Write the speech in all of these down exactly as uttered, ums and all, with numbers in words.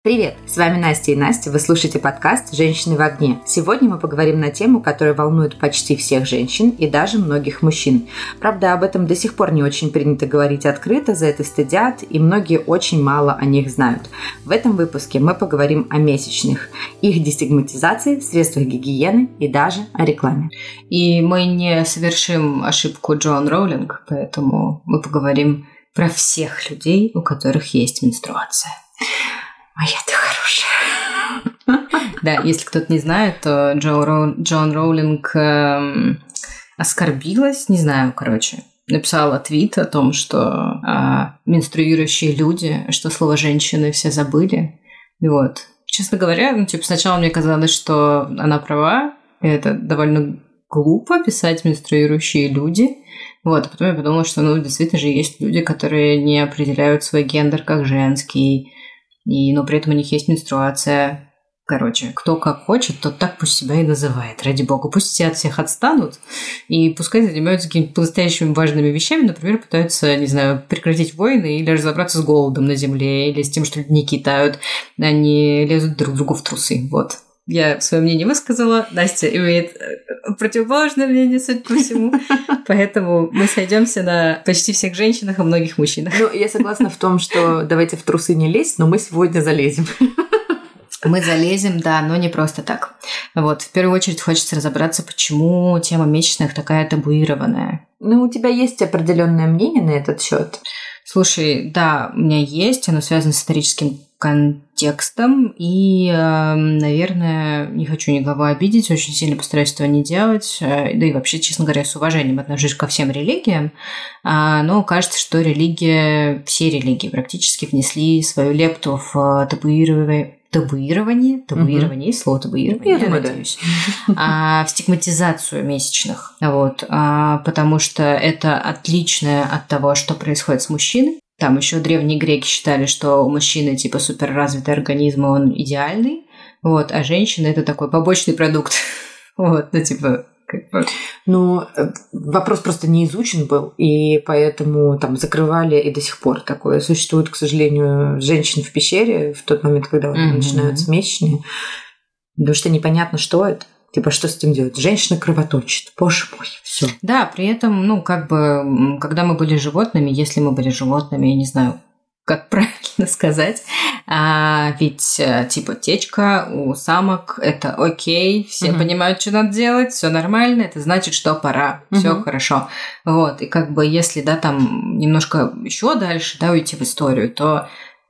Привет, с вами Настя и Настя, вы слушаете подкаст «Женщины в огне». Сегодня мы поговорим на тему, которая волнует почти всех женщин и даже многих мужчин. Правда, об этом до сих пор не очень принято говорить открыто, за это стыдят, и многие очень мало о них знают. В этом выпуске мы поговорим о месячных, их дестигматизации, средствах гигиены и даже о рекламе. И мы не совершим ошибку Джоан Роулинг, поэтому мы поговорим про всех людей, у которых есть менструация. Моя ты хорошая. Да, если кто-то не знает, то Джо Роу... Джоан Роулинг эм, оскорбилась, не знаю, короче, написала твит о том, что э, менструирующие люди, что слово «женщины» все забыли. И вот. Честно говоря, ну, типа, сначала мне казалось, что она права, это довольно глупо писать «менструирующие люди». Вот, а потом я подумала, что, ну, действительно же есть люди, которые не определяют свой гендер как женский, и, но при этом у них есть менструация. Короче, кто как хочет, тот так пусть себя и называет. Ради бога, пусть все от всех отстанут, и пускай занимаются какими-то по-настоящему важными вещами, например, пытаются, не знаю, прекратить войны или разобраться с голодом на земле, или с тем, что люди не кидают, они лезут друг другу в трусы. Вот. Я свое мнение высказала, Настя имеет противоположное мнение, судя по всему, поэтому мы сойдемся на почти всех женщинах и многих мужчинах. Ну, я согласна в том, что давайте в трусы не лезть, но мы сегодня залезем. Мы залезем, да, но не просто так. Вот, в первую очередь хочется разобраться, почему тема месячных такая табуированная. Ну, у тебя есть определенное мнение на этот счет? Слушай, да, у меня есть, оно связано с историческим контекстом, и, э, наверное, не хочу никого обидеть, очень сильно постараюсь этого не делать, э, да и вообще, честно говоря, с уважением отношусь ко всем религиям, э, но кажется, что религия, все религии практически внесли свою лепту в табуирование, табуирование, табуирование, есть слово табуирование, я, я надеюсь, а, в стигматизацию месячных, вот, а, потому что это отличное от того, что происходит с мужчиной. Там еще древние греки считали, что у мужчины типа суперразвитый организм, он идеальный, вот, а женщина это такой побочный продукт, вот, ну типа. Ну, вопрос просто не изучен был, и поэтому там закрывали, и до сих пор такое существует, к сожалению, женщин в пещере в тот момент, когда mm-hmm. начинаются месячные, потому что непонятно, что это. Типа, что с этим делать? Женщина кровоточит. Боже мой, все. Да, при этом, ну, как бы, когда мы были животными, если мы были животными, я не знаю, как правильно сказать, а, ведь, типа, течка у самок – это окей, все mm-hmm. понимают, что надо делать, все нормально, это значит, что пора, mm-hmm. все хорошо. Вот, и как бы, если, да, там, немножко еще дальше, да, уйти в историю, то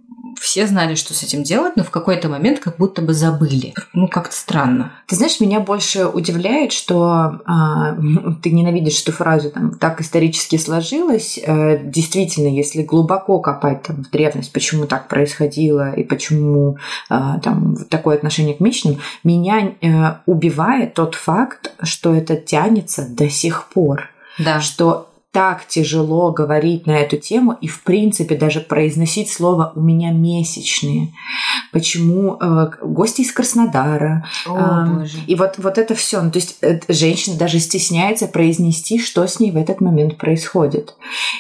все знали, что с этим делать, но в какой-то момент как будто бы забыли. Ну, как-то странно. Ты знаешь, меня больше удивляет, что а, ты ненавидишь эту фразу, там, так исторически сложилось. А, действительно, если глубоко копать там, в древность, почему так происходило и почему а, там, такое отношение к месячным, меня а, убивает тот факт, что это тянется до сих пор. Да. Что так тяжело говорить на эту тему и, в принципе, даже произносить слово «у меня месячные». Почему э, гости из Краснодара. О, э, Боже. И вот, вот это все. Ну, то есть э, женщина даже стесняется произнести, что с ней в этот момент происходит.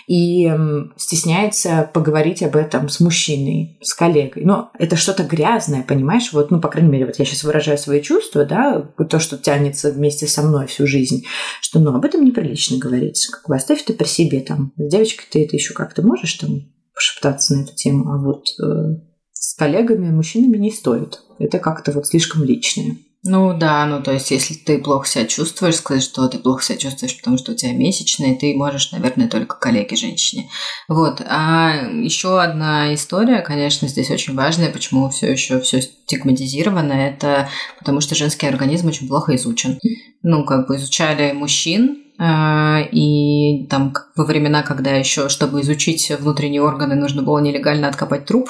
И э, стесняется поговорить об этом с мужчиной, с коллегой. Но это что-то грязное, понимаешь? Вот, ну, по крайней мере, вот я сейчас выражаю свои чувства, да, то, что тянется вместе со мной всю жизнь, что, ну, об этом неприлично говорить. Как бы оставь ты при себе там. С девочкой ты это еще как-то можешь там пошептаться на эту тему, а вот э, с коллегами, мужчинами не стоит. Это как-то вот слишком личное. Ну да, ну то есть если ты плохо себя чувствуешь, сказать, что ты плохо себя чувствуешь, потому что у тебя месячные, ты можешь, наверное, только коллеге женщине. Вот. А еще одна история, конечно, здесь очень важная, почему все еще все стигматизировано, это потому что женский организм очень плохо изучен. Ну, как бы изучали мужчин, и там во времена, когда еще, чтобы изучить внутренние органы, нужно было нелегально откопать труп,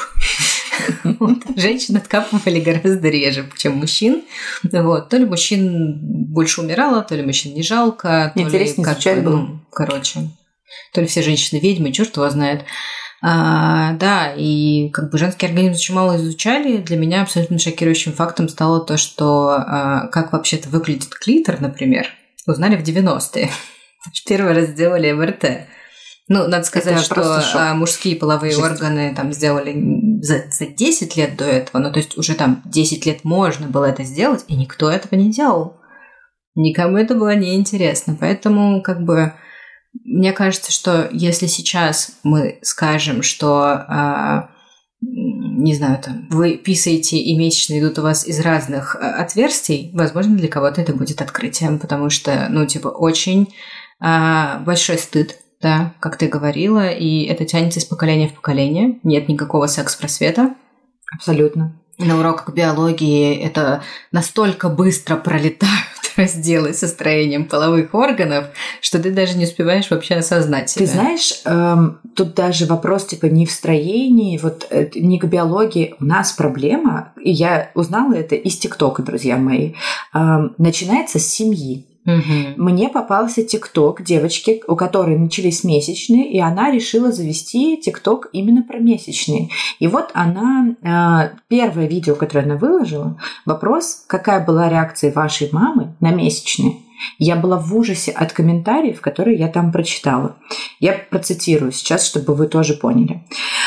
женщин откапывали гораздо реже, чем мужчин. Вот. То ли мужчин больше умирало, то ли мужчин не жалко, то ли как-то, ну, короче, то ли все женщины ведьмы, черт его знает. А, да, и как бы женский организм очень мало изучали. Для меня абсолютно шокирующим фактом стало то, что а, как вообще-то выглядит клитор, например, узнали в девяностые. Первый раз сделали эм эр тэ. Ну, надо сказать, что мужские половые Жесть. органы там сделали за, за десять лет до этого, ну, то есть уже там десять лет можно было это сделать, и никто этого не делал. Никому это было неинтересно. Поэтому, как бы, мне кажется, что если сейчас мы скажем, что, э, не знаю, там, вы писаете, и месячные идут у вас из разных отверстий, возможно, для кого-то это будет открытием, потому что, ну, типа, очень э, большой стыд, да, как ты говорила, и это тянется из поколения в поколение. Нет никакого секс-просвета. Абсолютно. На уроках биологии это настолько быстро пролетают разделы со строением половых органов, что ты даже не успеваешь вообще осознать себя. Ты знаешь, эм, тут даже вопрос типа не в строении, вот э, не к биологии. У нас проблема, и я узнала это из ТикТока, друзья мои, эм, начинается с семьи. Угу. Мне попался ТикТок девочки, у которой начались месячные, и она решила завести ТикТок именно про месячные. И вот она, первое видео, которое она выложила, вопрос, какая была реакция вашей мамы на месячные. Я была в ужасе от комментариев, которые я там прочитала. Я процитирую сейчас, чтобы вы тоже поняли.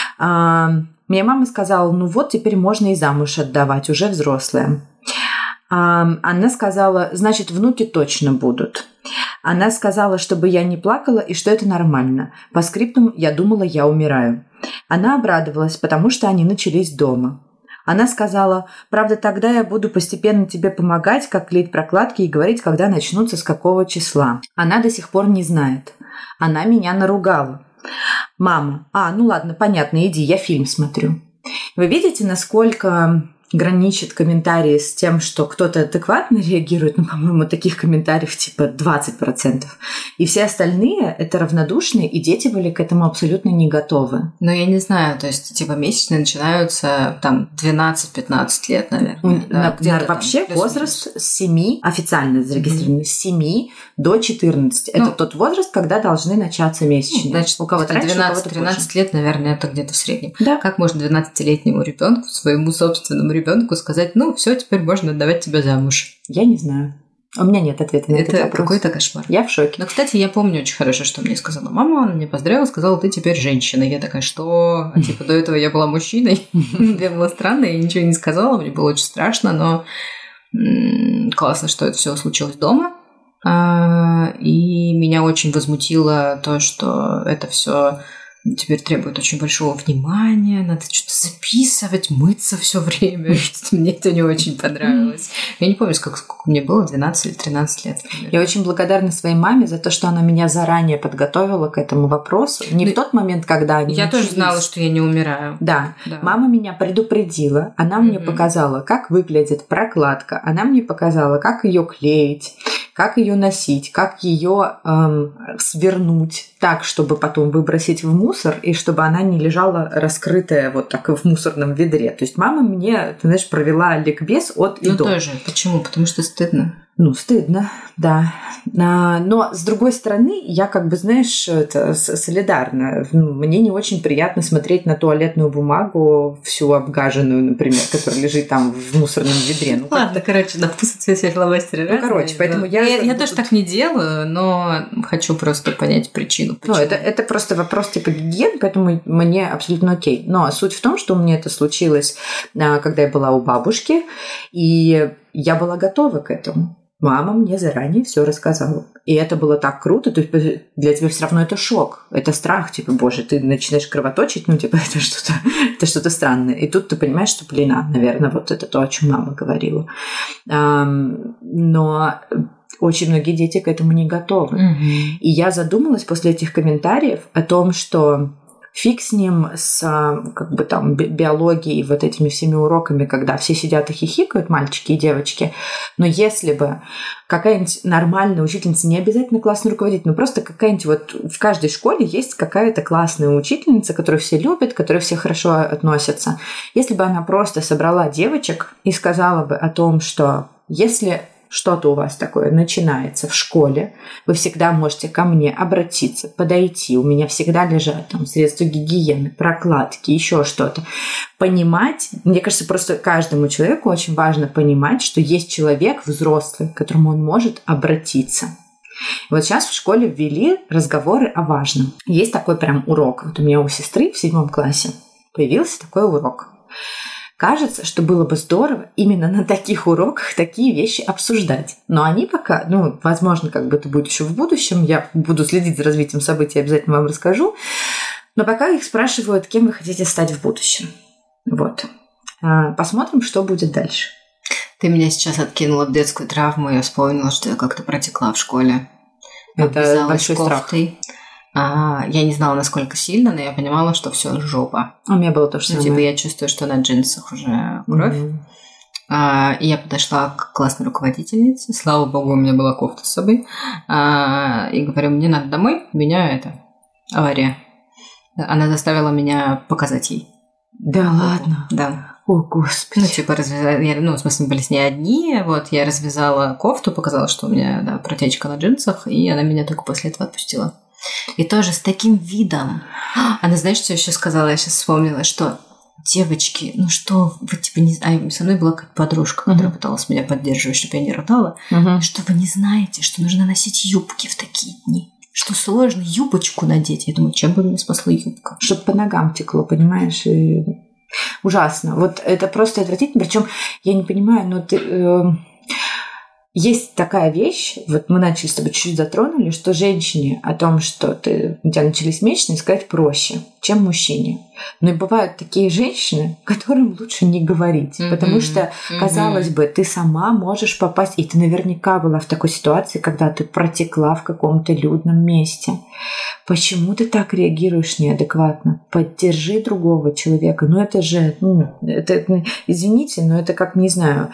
Мне мама сказала, ну вот теперь можно и замуж отдавать, уже взрослая. Она сказала, значит, внуки точно будут. Она сказала, чтобы я не плакала и что это нормально. По скриптум я думала, я умираю. Она обрадовалась, потому что они начались дома. Она сказала, правда, тогда я буду постепенно тебе помогать, как клеить прокладки и говорить, когда начнутся, с какого числа. Она до сих пор не знает. Она меня наругала. Мама, а, ну ладно, понятно, иди, я фильм смотрю. Вы видите, насколько граничит комментарии с тем, что кто-то адекватно реагирует, ну, по-моему, таких комментариев типа двадцать процентов. И все остальные это равнодушные, и дети были к этому абсолютно не готовы. Ну, я не знаю, то есть, типа, месячные начинаются там двенадцать-пятнадцать лет, наверное. У, да, на, на, вообще там, возраст с семи, официально зарегистрирован, mm-hmm. с семи до четырнадцати. Ну, это тот возраст, когда должны начаться месячные. Ну, значит, у кого-то раньше, двенадцать-тринадцать лет, наверное, это где-то в среднем. Да. Как можно двенадцатилетнему ребенку, своему собственному ребенку сказать, ну, все, теперь можно отдавать тебя замуж? Я не знаю. У меня нет ответа на это этот вопрос. Это какой-то кошмар. Я в шоке. Но, кстати, я помню очень хорошо, что мне сказала мама. Она меня поздравила, сказала, ты теперь женщина. Я такая, что? А типа до этого я была мужчиной. Мне было странно, я ничего не сказала, мне было очень страшно, но классно, что это все случилось дома. И меня очень возмутило то, что это все теперь требует очень большого внимания, надо что-то записывать, мыться все время. Мне это не очень понравилось. Я не помню, сколько, сколько мне было, двенадцать или тринадцать лет. Например. Я очень благодарна своей маме за то, что она меня заранее подготовила к этому вопросу. Не ну, в тот момент, когда они Я начались. тоже знала, что я не умираю. Да. да. Мама меня предупредила. Она mm-hmm. мне показала, как выглядит прокладка. Она мне показала, как ее клеить, как ее носить, как ее эм, свернуть так, чтобы потом выбросить в мусор, и чтобы она не лежала раскрытая вот так в мусорном ведре. То есть мама мне, ты знаешь, провела ликбез от и ну, до. Ну тоже. Почему? Потому что стыдно. Ну, стыдно, да. Но, с другой стороны, я как бы, знаешь, это солидарна. Мне не очень приятно смотреть на туалетную бумагу, всю обгаженную, например, которая лежит там в мусорном ведре. Ну, ладно, короче, на вкус и цвет все фломастеры разные. Ну, короче, поэтому я... Я, я тоже так не делаю, но хочу просто понять причину. Ну, это, это просто вопрос типа гигиены, поэтому мне абсолютно окей. Но суть в том, что у меня это случилось, когда я была у бабушки, и я была готова к этому. Мама мне заранее все рассказала. И это было так круто. То есть для тебя все равно это шок. Это страх. Типа, боже, ты начинаешь кровоточить, ну, типа, это что-то, это что-то странное. И тут ты понимаешь, что, блин, а, наверное, вот это то, о чем мама говорила. Но очень многие дети к этому не готовы. Mm-hmm. И я задумалась после этих комментариев о том, что фиг с ним, с как бы там биологией, вот этими всеми уроками, когда все сидят и хихикают, мальчики и девочки. Но если бы какая-нибудь нормальная учительница, не обязательно классный руководитель, но просто какая-нибудь вот в каждой школе есть какая-то классная учительница, которую все любят, к которой все хорошо относятся. Если бы она просто собрала девочек и сказала бы о том, что если что-то у вас такое начинается в школе, вы всегда можете ко мне обратиться, подойти. У меня всегда лежат там средства гигиены, прокладки, еще что-то. Понимать, мне кажется, просто каждому человеку очень важно понимать, что есть человек взрослый, к которому он может обратиться. Вот сейчас в школе ввели разговоры о важном. Есть такой прям урок. Вот у меня у сестры в седьмом классе появился такой урок. Кажется, что было бы здорово именно на таких уроках такие вещи обсуждать. Но они пока, ну, возможно, как бы это будет еще в будущем, я буду следить за развитием событий, обязательно вам расскажу. Но пока их спрашивают, кем вы хотите стать в будущем. Вот. Посмотрим, что будет дальше. Ты меня сейчас откинула в детскую травму, я вспомнила, что я как-то протекла в школе. Это большой страх. А, я не знала, насколько сильно, но я понимала, что все жопа. У меня было то же самое. Ну, типа, я чувствую, что на джинсах уже кровь. Mm-hmm. А, и я подошла к классной руководительнице. Слава богу, у меня была кофта с собой. А, и говорю, мне надо домой, у меня это авария. Она заставила меня показать ей. Да ладно? Да. О, Господи. Ну, типа, развязала... Я, ну, в смысле, мы были с ней одни. Вот, я развязала кофту, показала, что у меня, да, протечка на джинсах, и она меня только после этого отпустила. И тоже с таким видом. Она, знаешь, что еще сказала? Я сейчас вспомнила, что девочки, ну что, вы типа не знаете, со мной была какая-то подружка, которая uh-huh. пыталась меня поддерживать, чтобы я не рыдала, uh-huh. что вы не знаете, что нужно носить юбки в такие дни. Что сложно юбочку надеть. Я думаю, чем бы мне спасла юбка? Чтобы по ногам текло, понимаешь? И... Ужасно. Вот это просто отвратительно. Причем я не понимаю, но ты... Э... Есть такая вещь, вот мы начали с тобой чуть-чуть затронули, что женщине о том, что ты, у тебя начались месячные, сказать проще, чем мужчине. Но и бывают такие женщины, которым лучше не говорить, mm-hmm. потому что, казалось mm-hmm. бы, ты сама можешь попасть, и ты наверняка была в такой ситуации, когда ты протекла в каком-то людном месте. Почему ты так реагируешь неадекватно? Поддержи другого человека. Ну это же, ну, это, извините, но это как, не знаю,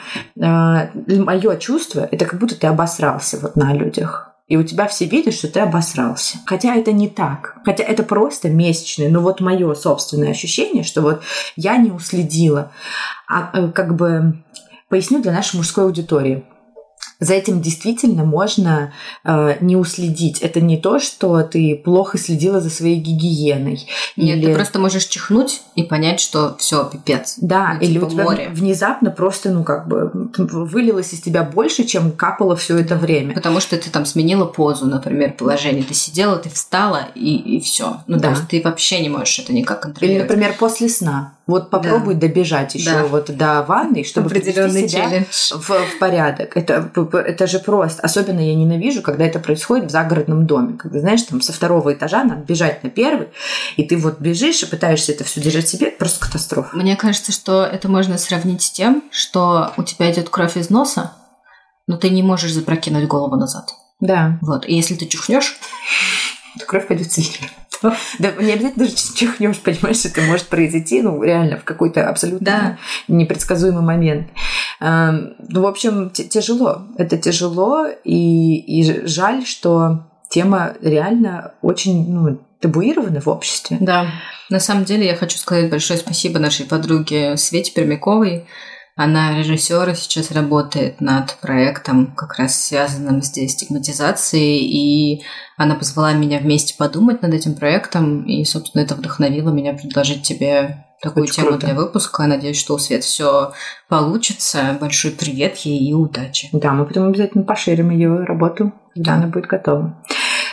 мое чувство, это как будто ты обосрался вот на людях. И у тебя все видят, что ты обосрался. Хотя это не так. Хотя это просто месячные. Но вот мое собственное ощущение, что вот я не уследила. А как бы поясню для нашей мужской аудитории. За этим действительно можно э, не уследить. Это не то, что ты плохо следила за своей гигиеной. Нет, или... ты просто можешь чихнуть и понять, что все пипец. Да, ну, или типа у тебя море. Внезапно просто, ну, как бы вылилось из тебя больше, чем капало все это время. Потому что ты там сменила позу, например, положение. Ты сидела, ты встала, и, и все. Ну, да. То есть ты вообще не можешь это никак контролировать. Или, например, после сна. Вот попробуй да. добежать еще да. вот до ванны, чтобы привести себя в, в порядок. Это, это же просто. Особенно я ненавижу, когда это происходит в загородном доме. Когда, знаешь, там со второго этажа надо бежать на первый, и ты вот бежишь и пытаешься это все держать себе. Это просто катастрофа. Мне кажется, что это можно сравнить с тем, что у тебя идет кровь из носа, но ты не можешь запрокинуть голову назад. Да. Вот. И если ты чихнешь, то кровь пойдет сильнее. Да, не обязательно даже чихнешь, понимаешь, это может произойти, ну, реально, в какой-то абсолютно да. непредсказуемый момент. Ну, в общем, тяжело. Это тяжело, и, и жаль, что тема реально очень, ну, табуирована в обществе. Да. На самом деле, я хочу сказать большое спасибо нашей подруге Свете Пермяковой. Она режиссер и сейчас работает над проектом, как раз связанным с дестигматизацией, и она позвала меня вместе подумать над этим проектом, и, собственно, это вдохновило меня предложить тебе такую Очень тему круто. Для выпуска. Надеюсь, что у Свет все получится. Большой привет ей и удачи. Да, мы потом обязательно поширим ее работу, когда да. она будет готова.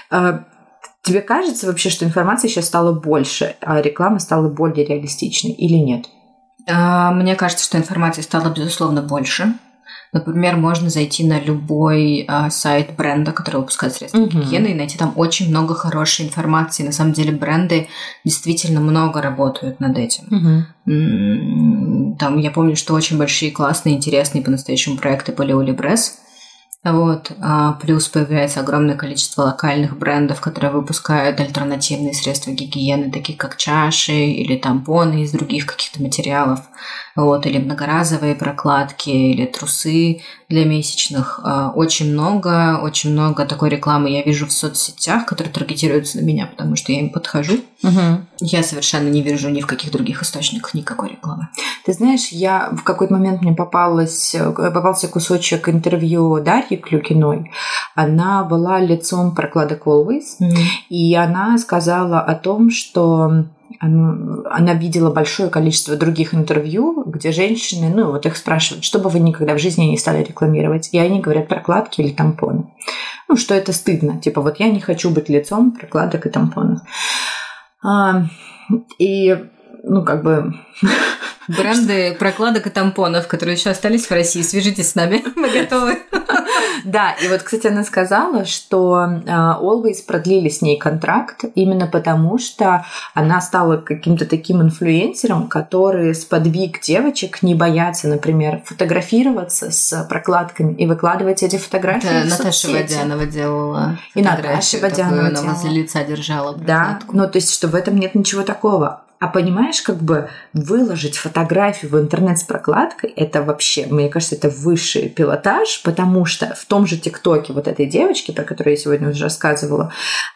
Тебе кажется вообще, что информации сейчас стало больше, а реклама стала более реалистичной или нет? Мне кажется, что информации стало, безусловно, больше. Например, можно зайти на любой а, сайт бренда, который выпускает средства uh-huh. гигиены, и найти там очень много хорошей информации. На самом деле бренды действительно много работают над этим. Uh-huh. Там я помню, что очень большие, классные, интересные по-настоящему проекты были у Libres. Вот. А плюс появляется огромное количество локальных брендов, которые выпускают альтернативные средства гигиены, такие как чаши или тампоны из других каких-то материалов, вот, или многоразовые прокладки, или трусы для месячных. Очень много, очень много такой рекламы я вижу в соцсетях, которые таргетируются на меня, потому что я им подхожу. Угу. Я совершенно не вижу ни в каких других источниках никакой рекламы. Ты знаешь, я в какой-то момент мне попалась, попался кусочек интервью Дарьи Клюкиной. Она была лицом прокладок Always, mm-hmm. и она сказала о том, что она видела большое количество других интервью, где женщины, ну вот их спрашивают, что бы вы никогда в жизни не стали рекламировать, и они говорят прокладки или тампоны. Ну, что это стыдно. Типа вот я не хочу быть лицом прокладок и тампонов. И ну, как бы... Бренды прокладок и тампонов, которые еще остались в России, свяжитесь с нами, мы готовы. Да, и вот, кстати, она сказала, что Always продлили с ней контракт именно потому, что она стала каким-то таким инфлюенсером, который сподвиг девочек не бояться, например, фотографироваться с прокладками и выкладывать эти фотографии Это в Наташа соцсети. Водянова делала. И Наташа Водянова она возле лица держала прокладку. Да, ну то есть, что в этом нет ничего такого. А понимаешь, как бы выложить фотографию в интернет с прокладкой, это вообще, мне кажется, это высший пилотаж, потому что в том же ТикТоке вот этой девочки, про которую я сегодня уже рассказывала,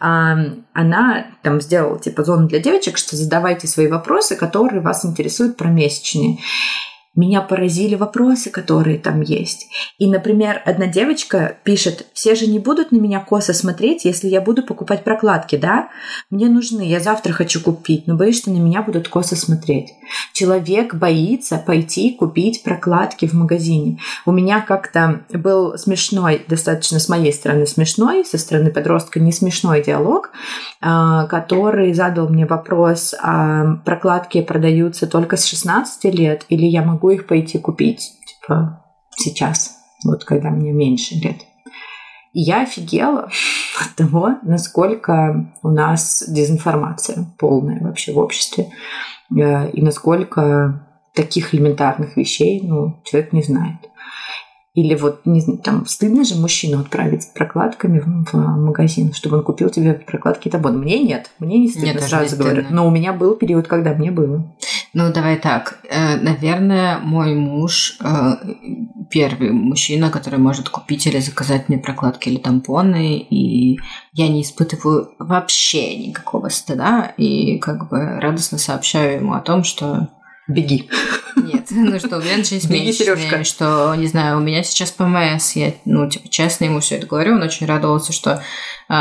она там сделала типа зону для девочек, что задавайте свои вопросы, которые вас интересуют про месячные. Меня поразили вопросы, которые там есть. И, например, одна девочка пишет: все же не будут на меня косо смотреть, если я буду покупать прокладки, да? Мне нужны, я завтра хочу купить, но боюсь, что на меня будут косо смотреть. Человек боится пойти купить прокладки в магазине. У меня как-то был смешной, достаточно с моей стороны смешной, со стороны подростка не смешной диалог, который задал мне вопрос: а прокладки продаются только с шестнадцати лет, или я могу их пойти купить, типа, сейчас, вот когда мне меньше лет. И я офигела от того, насколько у нас дезинформация полная вообще в обществе, и насколько таких элементарных вещей, ну, человек не знает. Или вот, не знаю, там, стыдно же мужчину отправить с прокладками в, в магазин, чтобы он купил тебе прокладки и табон. Мне нет, мне не стыдно, нет, сразу не говорю. стыдно. Но у меня был период, когда мне было. Ну, давай так. Наверное, мой муж первый мужчина, который может купить или заказать мне прокладки или тампоны, и я не испытываю вообще никакого стыда, и как бы радостно сообщаю ему о том, что... Беги. Нет, ну что, у меня начались месячные, что, не знаю, у меня сейчас ПМС, я, ну, типа, честно ему все это говорю, он очень радовался, что э,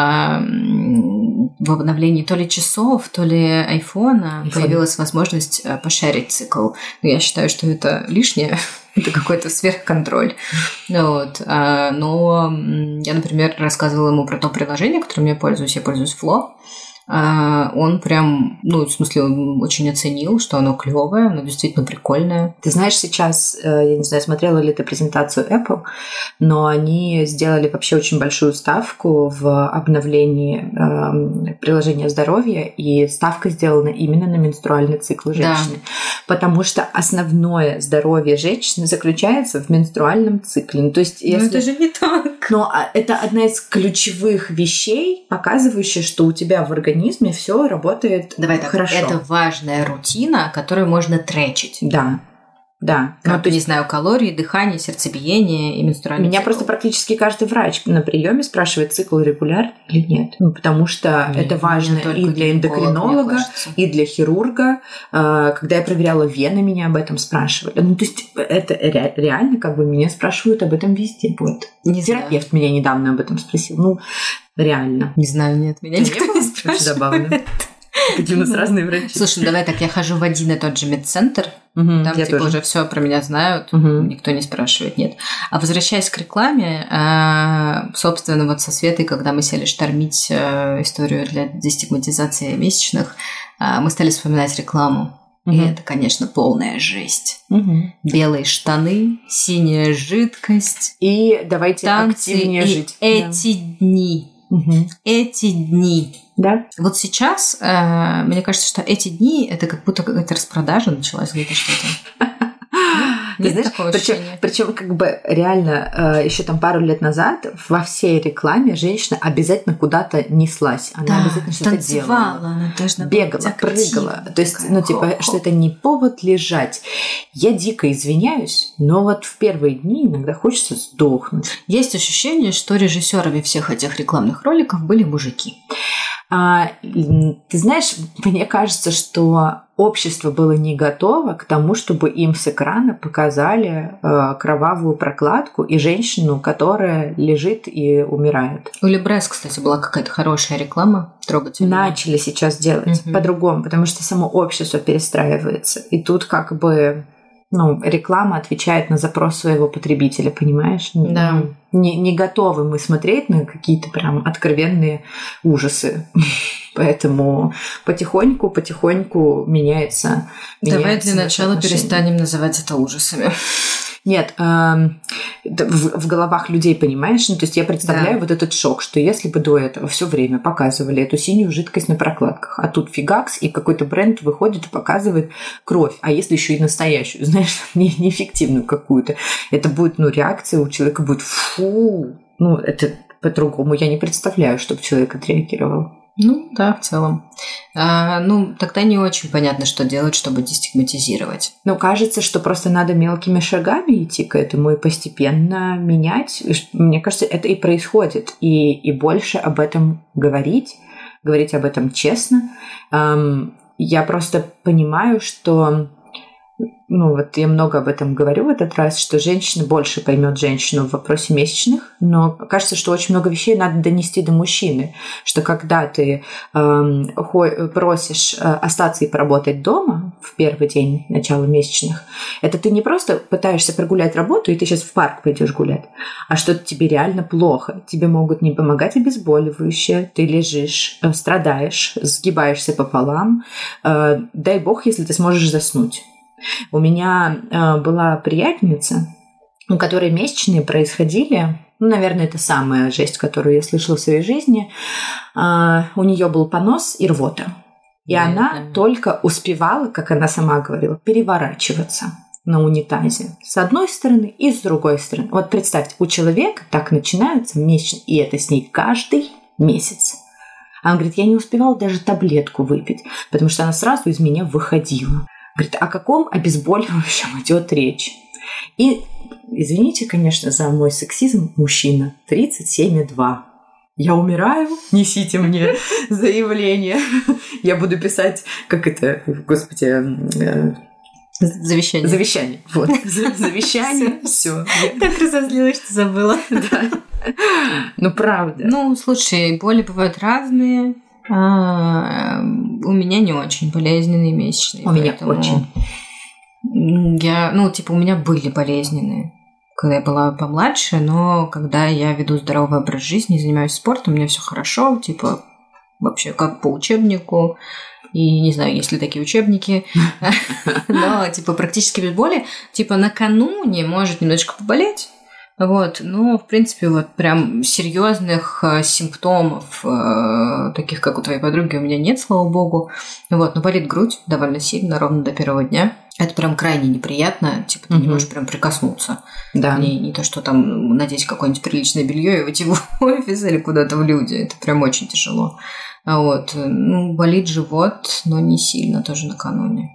в обновлении то ли часов, то ли айфона Айфон. появилась возможность э, пошарить цикл. Но я считаю, что это лишнее, это какой-то сверхконтроль. Вот. А, но я, например, рассказывала ему про то приложение, которым я пользуюсь, я пользуюсь Фло. Он прям, ну, в смысле, он очень оценил, что оно клевое, оно действительно прикольное. Ты знаешь, сейчас, я не знаю, смотрела ли ты презентацию Apple, но они сделали вообще очень большую ставку в обновлении э, приложения здоровья, и ставка сделана именно на менструальный цикл женщины. Да. Потому что основное здоровье женщины заключается в менструальном цикле. Ну, то есть, если... Но это же не так. Но это одна из ключевых вещей, показывающая, что у тебя в организме все работает Давай так, хорошо. Это важная рутина, которую можно тречить. Да. Да. Как, ну, то есть, не знаю, калории, дыхание, сердцебиение и менструальный Меня цикл. просто практически каждый врач на приеме спрашивает, цикл регулярный или нет. Ну, потому что Нет, это важно и для эндокринолога, и для хирурга. Когда я проверяла вены, меня об этом спрашивали. Ну, то есть это ре- реально как бы меня спрашивают об этом везде. Вот. Не Терапевт знаю. меня недавно об этом спросил. Ну, реально. Не знаю, нет, меня никто не, не спрашивает. Очень забавно. Какие у нас разные врачи. Слушай, ну давай так, я хожу в один и тот же медцентр, угу, там типа тоже. уже все про меня знают, угу. никто не спрашивает, нет. А возвращаясь к рекламе, собственно, вот со Светой, когда мы сели штормить историю для дестигматизации месячных, мы стали вспоминать рекламу. И угу. это, конечно, полная жесть. Угу. Белые штаны, синяя жидкость. И давайте танцы, активнее и жить. эти да. дни. Угу. Эти дни. Да. Вот сейчас, э, мне кажется, что эти дни это как будто какая-то распродажа началась, где-то что-то. Ты знаешь, причем, причем как бы реально еще там пару лет назад во всей рекламе женщина обязательно куда-то неслась. Она да, обязательно что-то танцевала, делала. Она должна бегала, прыгала. То есть, ну, типа, Хо-хо. что это не повод лежать. Я дико извиняюсь, но вот в первые дни иногда хочется сдохнуть. Есть ощущение, что режиссерами всех этих рекламных роликов были мужики. А, ты знаешь, мне кажется, что общество было не готово к тому, чтобы им с экрана показали э, кровавую прокладку и женщину, которая лежит и умирает. У Либрес, кстати, была какая-то хорошая реклама, трогательная. Начали сейчас делать угу. по-другому, потому что само общество перестраивается. И тут как бы... ну, реклама отвечает на запрос своего потребителя, понимаешь? Да. Не, не готовы мы смотреть на какие-то прям откровенные ужасы. Поэтому потихоньку, потихоньку меняется. Давай меняется для начала отношение. Перестанем называть это ужасами. Нет, э, в, в головах людей, понимаешь? Ну, то есть я представляю да. вот этот шок, что если бы до этого все время показывали эту синюю жидкость на прокладках, а тут фигакс, и какой-то бренд выходит и показывает кровь, а если еще и настоящую, знаешь, не, неэффективную какую-то, это будет, ну, реакция у человека будет фу, ну, это по-другому я не представляю, чтобы человек отреагировал. Ну, да, в целом. А, ну, тогда не очень понятно, что делать, чтобы дестигматизировать. Ну, кажется, что просто надо мелкими шагами идти к этому и постепенно менять. Мне кажется, это и происходит. И, и больше об этом говорить, говорить об этом честно. Эм, я просто понимаю, что... Ну, вот я много об этом говорю в этот раз, что женщина больше поймет женщину в вопросе месячных, но кажется, что очень много вещей надо донести до мужчины, что когда ты э, просишь остаться и поработать дома в первый день начала месячных, это ты не просто пытаешься прогулять работу, и ты сейчас в парк пойдешь гулять, а что тебе реально плохо. Тебе могут не помогать обезболивающие, ты лежишь, страдаешь, сгибаешься пополам. Э, дай бог, если ты сможешь заснуть. У меня э, была приятельница, у которой месячные происходили, ну, наверное, это самая жесть, которую я слышала в своей жизни. Э, у нее был понос и рвота. И mm-hmm. она только успевала, как она сама говорила, переворачиваться на унитазе с одной стороны и с другой стороны. Вот представьте, у человека так начинаются месячные, и это с ней каждый месяц. Она говорит, я не успевала даже таблетку выпить, потому что она сразу из меня выходила. Говорит, о каком обезболивающем идет речь? И, извините, конечно, за мой сексизм, мужчина, тридцать семь и два. Я умираю, несите мне заявление. Я буду писать, как это, господи... Завещание. Завещание. Вот. Завещание. Все. Так разозлилась, что забыла. Ну, правда. Ну, слушай, боли бывают разные. А, у меня не очень болезненные месячные. У меня очень. Я, ну, типа, у меня были болезненные, когда я была помладше, но когда я веду здоровый образ жизни, занимаюсь спортом, у меня все хорошо, типа, вообще как по учебнику. И не знаю, есть ли такие учебники, но, типа, практически без боли. Типа, накануне может немножечко поболеть. Вот, но, в принципе, вот прям серьезных э, симптомов, э, таких, как у твоей подруги, у меня нет, слава богу. Вот, но болит грудь довольно сильно, ровно до первого дня. Это прям крайне неприятно, типа ты mm-hmm. не можешь прям прикоснуться. Да. Не, не то, что там надеть какое-нибудь приличное белье и выйти в офис или куда-то в люди. Это прям очень тяжело. А вот, ну, болит живот, но не сильно, тоже накануне.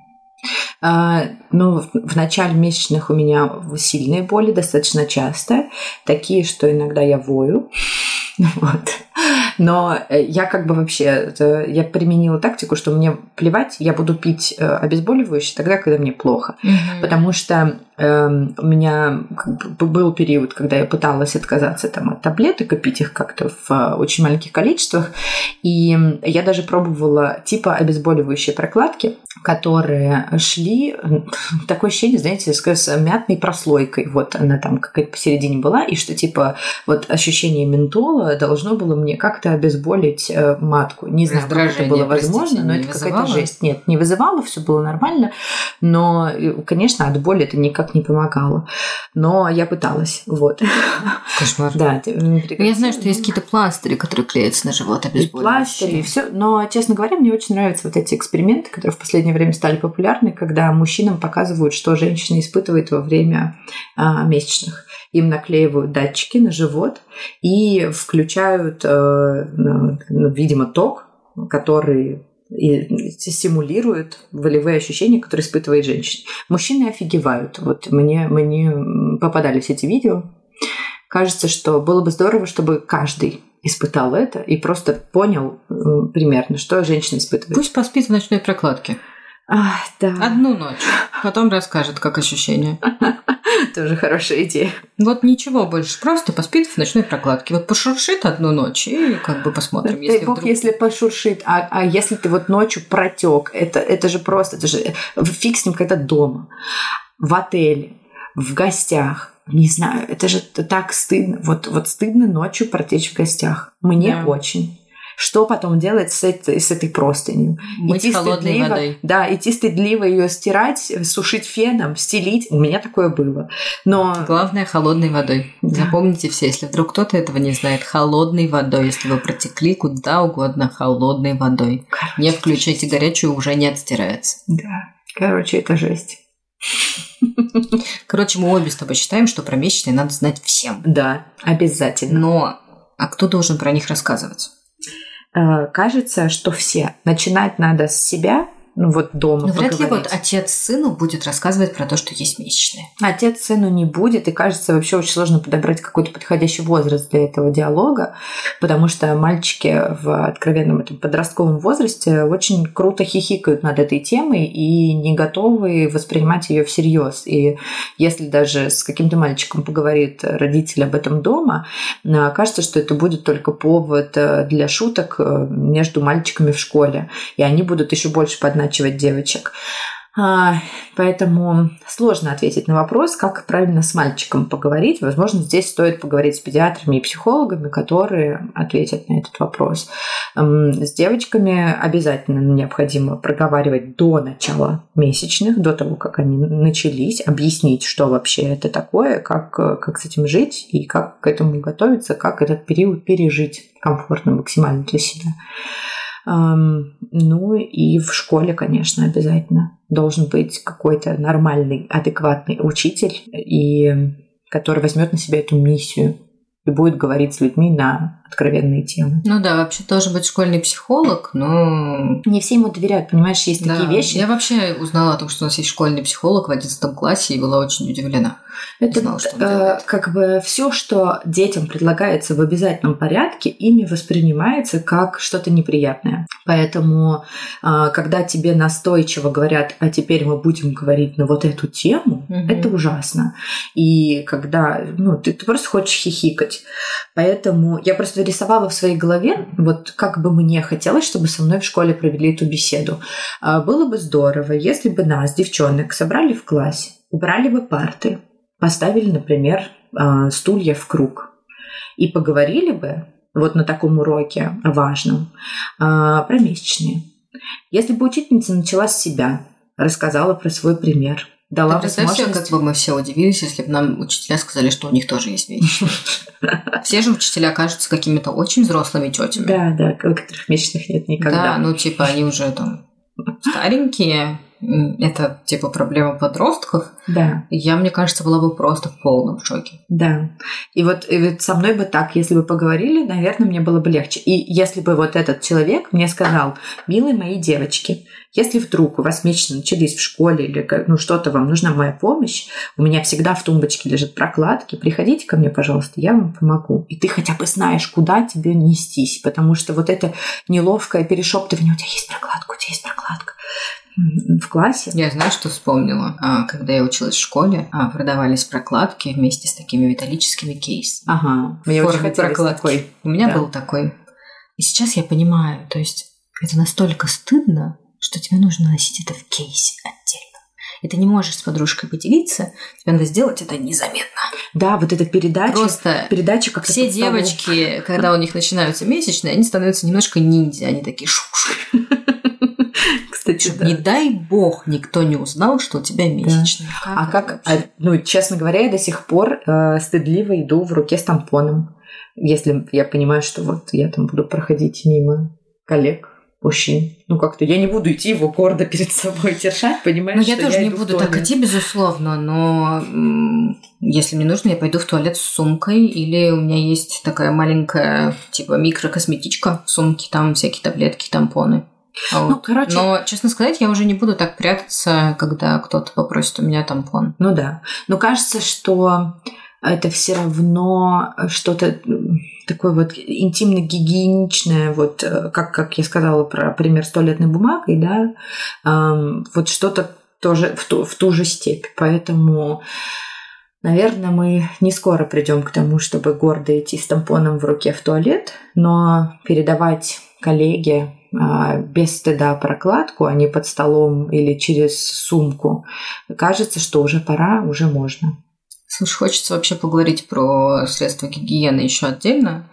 А, ну, в, в начале месячных у меня сильные боли, достаточно часто, такие, что иногда я вою. Вот. Но я как бы вообще, я применила тактику, что мне плевать, я буду пить обезболивающее тогда, когда мне плохо. Mm-hmm. Потому что э, у меня как бы был период, когда я пыталась отказаться там, от таблеток и пить их как-то в очень маленьких количествах. И я даже пробовала типа обезболивающие прокладки, которые шли, такое ощущение, знаете, с мятной прослойкой. Вот она там какая-то посередине была, и что типа вот ощущение ментола должно было мне как-то обезболить э, матку. Не знаю, как это было возможно, но это какая-то жесть. Нет, не вызывало, все было нормально, но, конечно, от боли это никак не помогало. Но я пыталась, вот. Кошмар. Да. Я знаю, что есть какие-то пластыри, которые клеятся на живот, обезболивающие. Пластыри, все. Но, честно говоря, мне очень нравятся вот эти эксперименты, которые в последнее время стали популярны, когда мужчинам показывают, что женщина испытывает во время а, месячных. Им наклеивают датчики на живот и включают, э, ну, видимо, ток, который и стимулирует волевые ощущения, которые испытывает женщина. Мужчины офигевают. Вот мне, мне попадались эти видео. Кажется, что было бы здорово, чтобы каждый испытал это и просто понял э, примерно, что женщина испытывает. Пусть поспит в ночной прокладке. А, да. Одну ночь. Потом расскажет, как ощущения. Тоже хорошая идея. Вот ничего больше. Просто поспит в ночной прокладке. Вот пошуршит одну ночь и как бы посмотрим. Дай бог, вдруг... если пошуршит. А, а если ты вот ночью протек, это, это же просто, это же фиг с ним, когда дома. в отеле, в гостях. Не знаю, это же так стыдно. Вот, вот стыдно ночью протечь в гостях. Мне да. очень. Что потом делать с этой, с этой простынью? Мыть идти холодной стыдливо, водой. Да, идти стыдливо ее стирать, сушить феном, стелить. У меня такое было. Но... Главное, холодной водой. Да. Запомните все, если вдруг кто-то этого не знает, холодной водой. Если вы протекли куда угодно, холодной водой. Короче, не включайте горячую, уже не отстирается. Да, короче, это жесть. Короче, мы обе с тобой считаем, что про месячные надо знать всем. Да, обязательно. Но, а кто должен про них рассказывать? Кажется, что все. Начинать надо с себя, ну вот дома. Но вряд ли вот отец сыну будет рассказывать про то, что есть месячные. Отец сыну не будет, и кажется, вообще очень сложно подобрать какой-то подходящий возраст для этого диалога, потому что мальчики в откровенном этом подростковом возрасте очень круто хихикают над этой темой и не готовы воспринимать ее всерьез. И если даже с каким-то мальчиком поговорит родитель об этом дома, кажется, что это будет только повод для шуток между мальчиками в школе, и они будут еще больше подначивать девочек. Поэтому сложно ответить на вопрос, как правильно с мальчиком поговорить. Возможно, здесь стоит поговорить с педиатрами и психологами, которые ответят на этот вопрос. С девочками обязательно необходимо проговаривать до начала месячных, до того, как они начались, объяснить, что вообще это такое, как, как с этим жить и как к этому готовиться, как этот период пережить комфортно, максимально для себя. Ну и в школе, конечно, обязательно должен быть какой-то нормальный, адекватный учитель, и который возьмет на себя эту миссию и будет говорить с людьми на откровенные темы. Ну да, вообще должен быть школьный психолог, но... Не все ему доверяют, понимаешь, есть да. такие вещи. Я вообще узнала о том, что у нас есть школьный психолог в одиннадцатом классе, и была очень удивлена. Это знала, что э, как бы все, что детям предлагается в обязательном порядке, ими воспринимается как что-то неприятное. Поэтому, э, когда тебе настойчиво говорят, а теперь мы будем говорить на вот эту тему, угу. это ужасно. И когда ну, ты, ты просто хочешь хихикать. Поэтому я просто рисовала в своей голове, вот как бы мне хотелось, чтобы со мной в школе провели эту беседу. Было бы здорово, если бы нас, девчонок, собрали в классе, убрали бы парты, поставили, например, стулья в круг и поговорили бы вот на таком уроке важном про месячные. Если бы учительница начала с себя, рассказала про свой пример, дала возможность... как бы мы все удивились, если бы нам учителя сказали, что у них тоже есть месячные. Все же учителя кажутся какими-то очень взрослыми тетями. Да, да, у которых месячных нет никогда. Да, ну типа они уже там старенькие. Это типа проблема подростков. Да. Я, мне кажется, была бы просто в полном шоке. Да. И вот, и вот со мной бы так, если бы поговорили, наверное, мне было бы легче. И если бы вот этот человек мне сказал: милые мои девочки, если вдруг у вас месячные начались в школе или ну, что-то, вам нужна моя помощь, у меня всегда в тумбочке лежат прокладки, приходите ко мне, пожалуйста, я вам помогу. И ты хотя бы знаешь, куда тебе нестись, потому что вот это неловкое перешептывание: у тебя есть прокладка, у тебя есть прокладка. В классе. Я знаю, что вспомнила. Когда я училась в школе, продавались прокладки вместе с такими металлическими кейсами. Ага. Мне очень хотелось такой. У меня да. был такой. И сейчас я понимаю, то есть это настолько стыдно, что тебе нужно носить это в кейсе отдельно. И ты не можешь с подружкой поделиться, тебе надо сделать это незаметно. Да, вот эта передача. Просто передача как-то все девочки, когда у них начинаются месячные, они становятся немножко ниндзя, они такие шу-шу. Кстати, да. Не дай бог никто не узнал, что у тебя месячные. Да. Как а как, а, ну, честно говоря, я до сих пор э, стыдливо иду в руке с тампоном. Если я понимаю, что вот я там буду проходить мимо коллег, мужчин. Ну, как-то я не буду идти его гордо перед собой держать, понимаешь? Ну, я тоже я не буду так идти, безусловно, но м- если мне нужно, я пойду в туалет с сумкой, или у меня есть такая маленькая, типа, микрокосметичка в сумке, там всякие таблетки, тампоны. Вот. Ну, короче... Но, честно сказать, я уже не буду так прятаться, когда кто-то попросит у меня тампон. Ну да. Но кажется, что это все равно что-то такое вот интимно-гигиеничное, вот как, как я сказала про пример с туалетной бумагой, да, эм, вот что-то тоже в ту, в ту же степь. Поэтому, наверное, мы не скоро придем к тому, чтобы гордо идти с тампоном в руке в туалет, но передавать коллеге без стыда прокладку, а не под столом или через сумку, кажется, что уже пора, уже можно. Слушай, хочется вообще поговорить про средства гигиены еще отдельно.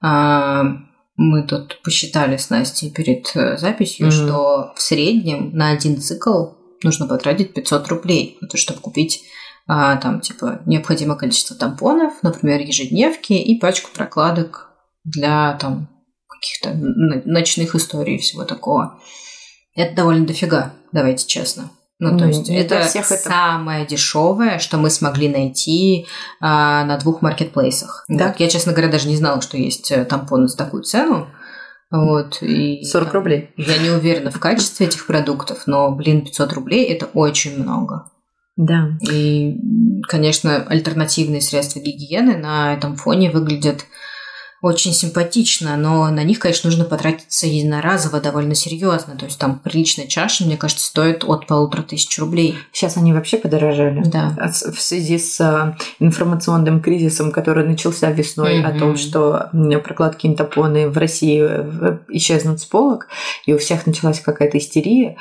Мы тут посчитали с Настей перед записью, mm-hmm. что в среднем на один цикл нужно потратить пятьсот рублей, на то, чтобы купить а, там, типа, необходимое количество тампонов, например, ежедневки и пачку прокладок для там каких-то ночных историй и всего такого. Это довольно дофига, давайте честно. Ну, то есть, mm, это самое это... дешевое, что мы смогли найти а, на двух маркетплейсах. Да? Вот. Я, честно говоря, даже не знала, что есть тампоны за такую цену. Вот, и, сорок там, рублей. Я не уверена в качестве этих продуктов, но, блин, пятьсот рублей – это очень много. Да. И, конечно, альтернативные средства гигиены на этом фоне выглядят очень симпатично, но на них, конечно, нужно потратиться единоразово довольно серьезно. То есть там приличная чаша, мне кажется, стоит от полутора тысяч рублей. Сейчас они вообще подорожали. Да. В связи с информационным кризисом, который начался весной, mm-hmm. о том, что прокладки и тампоны в России исчезнут с полок, и у всех началась какая-то истерия,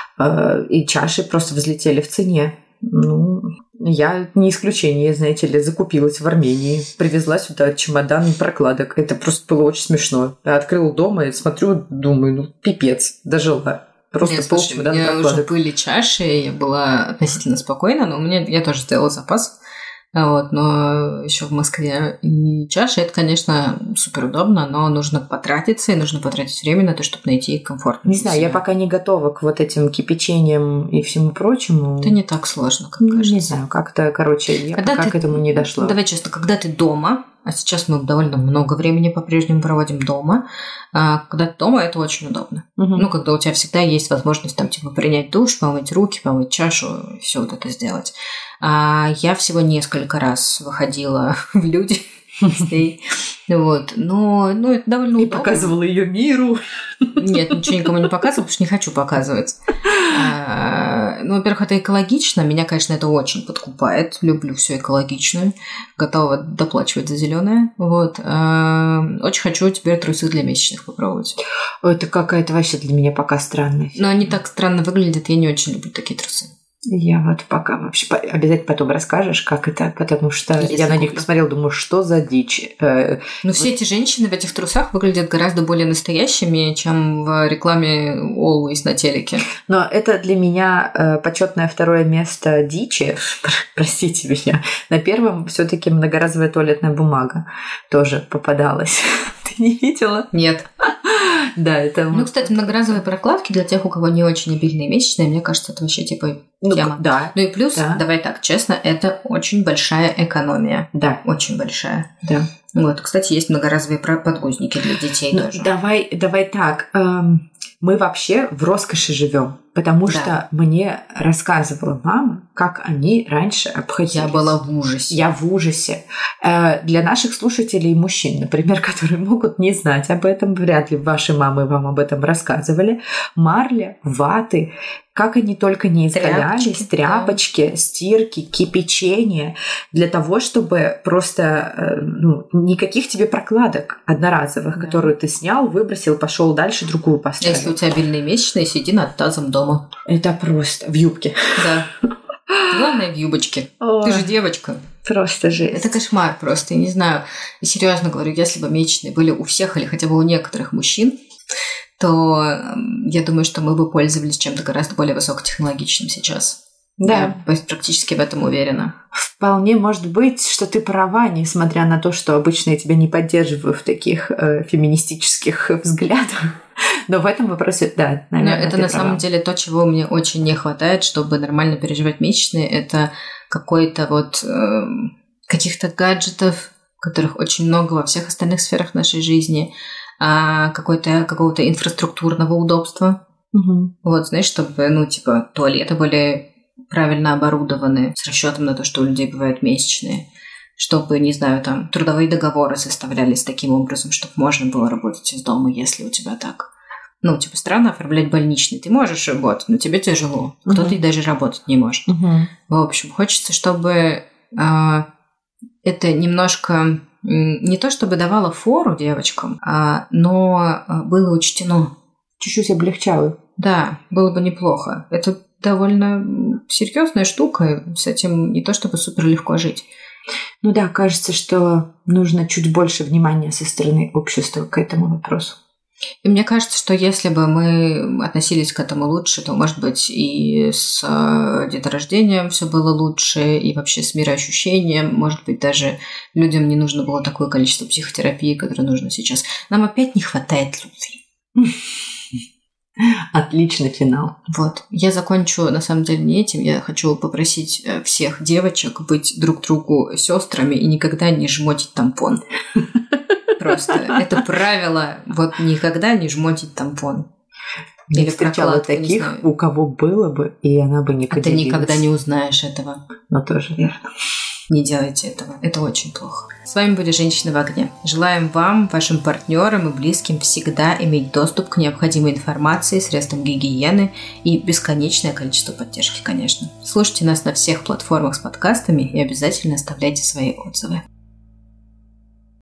и чаши просто взлетели в цене. Ну, я не исключение, знаете ли, закупилась в Армении, привезла сюда чемодан прокладок. Это просто было очень смешно. Я открыла дома и смотрю, думаю, ну, пипец, дожила. Просто Нет, пол слушай, чемодана у меня прокладок. уже были чаши, я была относительно спокойна, но у меня я тоже сделала запас. Вот, но еще в Москве. И чаша, это, конечно, супер удобно, но нужно потратиться, и нужно потратить время на то, чтобы найти комфортно. Не знаю, я пока не готова к вот этим кипячениям и всему прочему. Это не так сложно, как кажется. Не знаю, как-то, короче, я когда пока ты, к этому не дошла. Давай честно, когда ты дома, а сейчас мы довольно много времени по-прежнему проводим дома, а когда ты дома, это очень удобно. Угу. Ну, когда у тебя всегда есть возможность там, типа, принять душ, помыть руки, помыть чашу, все вот это сделать. А я всего несколько раз выходила в люди с ней. Вот. Но, ну, это довольно и удобно. показывала ее миру. Нет, ничего никому не показывала, потому что не хочу показывать. А, ну, во-первых, это экологично. Меня, конечно, это очень подкупает. Люблю все экологичное. Готова доплачивать за зеленое. Вот. А, очень хочу теперь трусы для месячных попробовать. Это какая-то вообще для меня пока странная. Но они так странно выглядят. Я не очень люблю такие трусы. Я вот пока вообще обязательно потом расскажешь, как это, потому что Если я на них посмотрела, думаю, что за дичь. Но вот. Все эти женщины в этих трусах выглядят гораздо более настоящими, чем в рекламе Always на телеке. Но это для меня почетное второе место дичи. Простите меня. На первом все-таки многоразовая туалетная бумага тоже попадалась. Ты не видела? Нет. Да, это... Ну, кстати, многоразовые прокладки для тех, у кого не очень обильные месячные, мне кажется, это вообще типа тема. Ну, да. Ну и плюс, да. давай так, честно, это очень большая экономия. Да. Очень большая. Да. Вот, кстати, есть многоразовые подгузники для детей ну, тоже. Давай, давай так. Эм, мы вообще в роскоши живем, потому да. что мне рассказывала мама, как они раньше обходились. Я была в ужасе. Я в ужасе. Э, для наших слушателей мужчин, например, которые могут не знать об этом, вряд ли ваши мамы вам об этом рассказывали, марля, ваты, как они только не изгалялись, тряпочки, тряпочки да. стирки, кипячение, для того, чтобы просто ну, никаких тебе прокладок одноразовых, да. которые ты снял, выбросил, пошел дальше, другую поставил. Если у тебя обильные месячные, сиди над тазом дома. Это просто в юбке. Да. Главное в юбочке. О, ты же девочка. Просто жесть. Это кошмар просто. Я не знаю. И серьезно говорю, если бы месячные были у всех или хотя бы у некоторых мужчин, то я думаю, что мы бы пользовались чем-то гораздо более высокотехнологичным сейчас. Да. Я практически в этом уверена. Вполне может быть, что ты права, несмотря на то, что обычно я тебя не поддерживаю в таких э, феминистических взглядах. Но в этом вопросе, да, наверное, Но это ты на права. самом деле то, чего мне очень не хватает, чтобы нормально переживать месячные. Это какой-то вот э, каких-то гаджетов, которых очень много во всех остальных сферах нашей жизни, а какой-то, какого-то инфраструктурного удобства. Угу. Вот, знаешь, чтобы, ну, типа, туалеты были правильно оборудованы с расчетом на то, что у людей бывают месячные. Чтобы, не знаю, там, трудовые договоры составлялись таким образом, чтобы можно было работать из дома, если у тебя так. Ну, типа, странно оформлять больничный. Ты можешь работать, но тебе тяжело. Кто-то угу. и даже работать не может. Угу. В общем, хочется, чтобы а, это немножко... Не то чтобы давало фору девочкам, а, но было учтено. чуть-чуть облегчало. Да, было бы неплохо. Это довольно серьезная штука, с этим не то чтобы супер легко жить. Ну да, кажется, что нужно чуть больше внимания со стороны общества к этому вопросу. И мне кажется, что если бы мы относились к этому лучше, то, может быть, и с деторождением все было лучше, и вообще с мироощущением, может быть, даже людям не нужно было такое количество психотерапии, которое нужно сейчас. Нам опять не хватает любви. Отличный финал. Вот. Я закончу, на самом деле, не этим. Я хочу попросить всех девочек быть друг другу сестрами и никогда не жмотить тампон. Просто это правило, вот никогда не жмотить тампон. Я Или встречала таких, у кого было бы, и она бы не поделилась. А ты никогда не узнаешь этого. Но тоже верно. Не делайте этого. Это очень плохо. С вами были «Женщины в огне». Желаем вам, вашим партнерам и близким всегда иметь доступ к необходимой информации, средствам гигиены и бесконечное количество поддержки, конечно. Слушайте нас на всех платформах с подкастами и обязательно оставляйте свои отзывы.